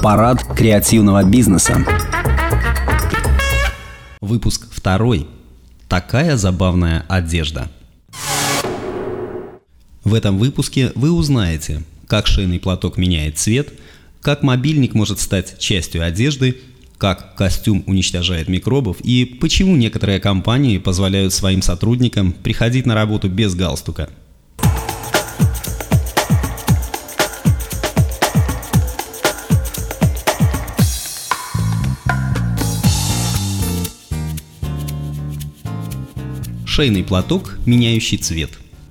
Парад креативного бизнеса. Выпуск 2. Такая забавная одежда. В этом выпуске вы узнаете, как шейный платок меняет цвет, как мобильник может стать частью одежды, как костюм уничтожает микробов и почему некоторые компании позволяют своим сотрудникам приходить на работу без галстука. Шейный платок, меняющий цвет.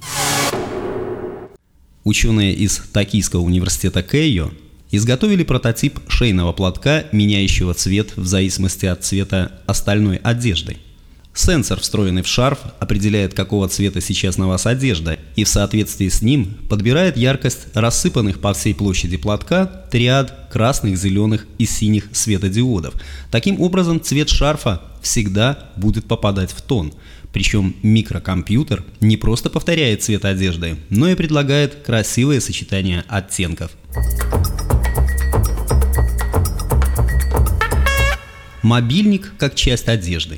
Ученые из Токийского университета Кэйо изготовили прототип шейного платка, меняющего цвет в зависимости от цвета остальной одежды. Сенсор, встроенный в шарф, определяет, какого цвета сейчас на вас одежда, и в соответствии с ним подбирает яркость рассыпанных по всей площади платка триад красных, зеленых и синих светодиодов. Таким образом, цвет шарфа всегда будет попадать в тон. Причем микрокомпьютер не просто повторяет цвет одежды, но и предлагает красивое сочетание оттенков. Мобильник как часть одежды.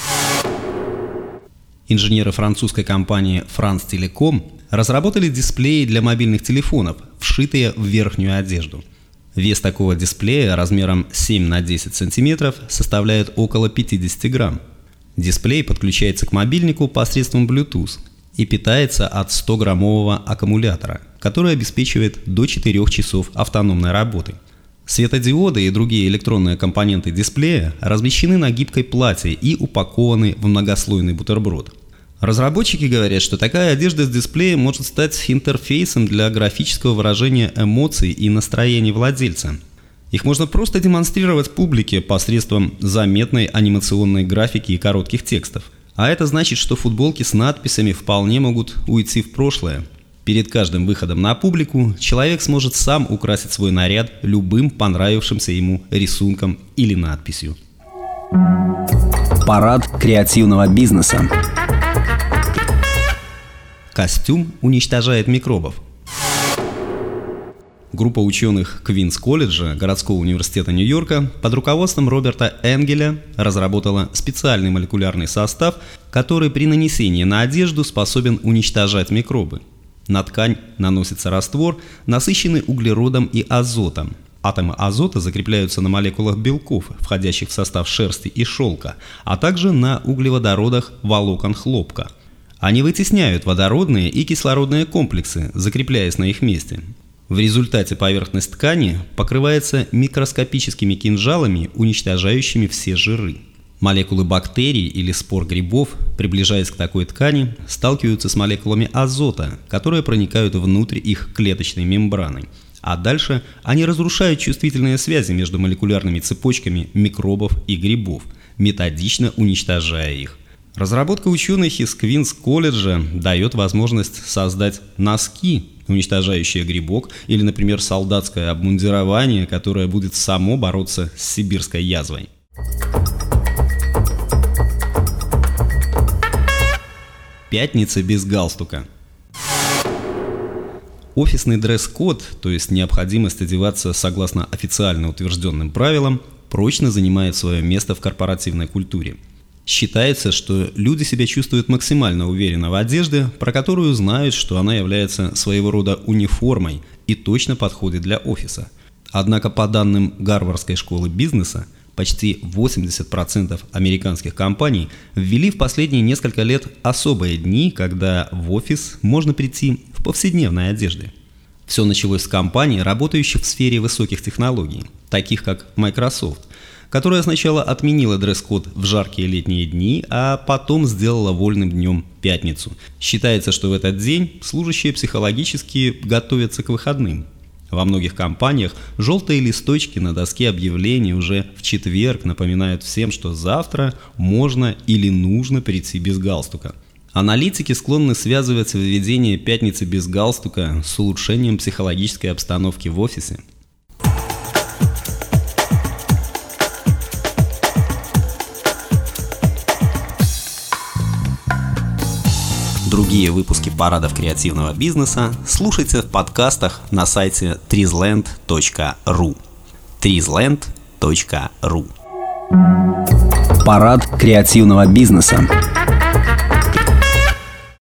Инженеры французской компании France Telecom разработали дисплеи для мобильных телефонов, вшитые в верхнюю одежду. Вес такого дисплея размером 7 на 10 см составляет около 50 грамм. Дисплей подключается к мобильнику посредством Bluetooth и питается от 100-граммового аккумулятора, который обеспечивает до 4 часов автономной работы. Светодиоды и другие электронные компоненты дисплея размещены на гибкой плате и упакованы в многослойный бутерброд. Разработчики говорят, что такая одежда с дисплеем может стать интерфейсом для графического выражения эмоций и настроений владельца. Их можно просто демонстрировать публике посредством заметной анимационной графики и коротких текстов. А это значит, что футболки с надписями вполне могут уйти в прошлое. Перед каждым выходом на публику человек сможет сам украсить свой наряд любым понравившимся ему рисунком или надписью. Парад креативного бизнеса. Костюм уничтожает микробов. Группа ученых Квинс-колледжа городского университета Нью-Йорка под руководством Роберта Энгеля разработала специальный молекулярный состав, который при нанесении на одежду способен уничтожать микробы. На ткань наносится раствор, насыщенный углеродом и азотом. Атомы азота закрепляются на молекулах белков, входящих в состав шерсти и шелка, а также на углеводородах волокон хлопка. Они вытесняют водородные и кислородные комплексы, закрепляясь на их месте. В результате поверхность ткани покрывается микроскопическими кинжалами, уничтожающими все жиры. Молекулы бактерий или спор грибов, приближаясь к такой ткани, сталкиваются с молекулами азота, которые проникают внутрь их клеточной мембраны. А дальше они разрушают чувствительные связи между молекулярными цепочками микробов и грибов, методично уничтожая их. Разработка ученых из Квинс-колледжа дает возможность создать носки, уничтожающие грибок, или, например, солдатское обмундирование, которое будет само бороться с сибирской язвой. Пятница без галстука. Офисный дресс-код, то есть необходимость одеваться согласно официально утвержденным правилам, прочно занимает свое место в корпоративной культуре. Считается, что люди себя чувствуют максимально уверенно в одежде, про которую знают, что она является своего рода униформой и точно подходит для офиса. Однако по данным Гарвардской школы бизнеса, почти 80% американских компаний ввели в последние несколько лет особые дни, когда в офис можно прийти в повседневной одежде. Все началось с компаний, работающих в сфере высоких технологий, таких как Microsoft, которая сначала отменила дресс-код в жаркие летние дни, а потом сделала вольным днем пятницу. Считается, что в этот день служащие психологически готовятся к выходным. Во многих компаниях желтые листочки на доске объявлений уже в четверг напоминают всем, что завтра можно или нужно прийти без галстука. Аналитики склонны связывать введение пятницы без галстука с улучшением психологической обстановки в офисе. Другие выпуски парадов креативного бизнеса слушайте в подкастах на сайте trizland.ru. treesland.ru. Парад креативного бизнеса.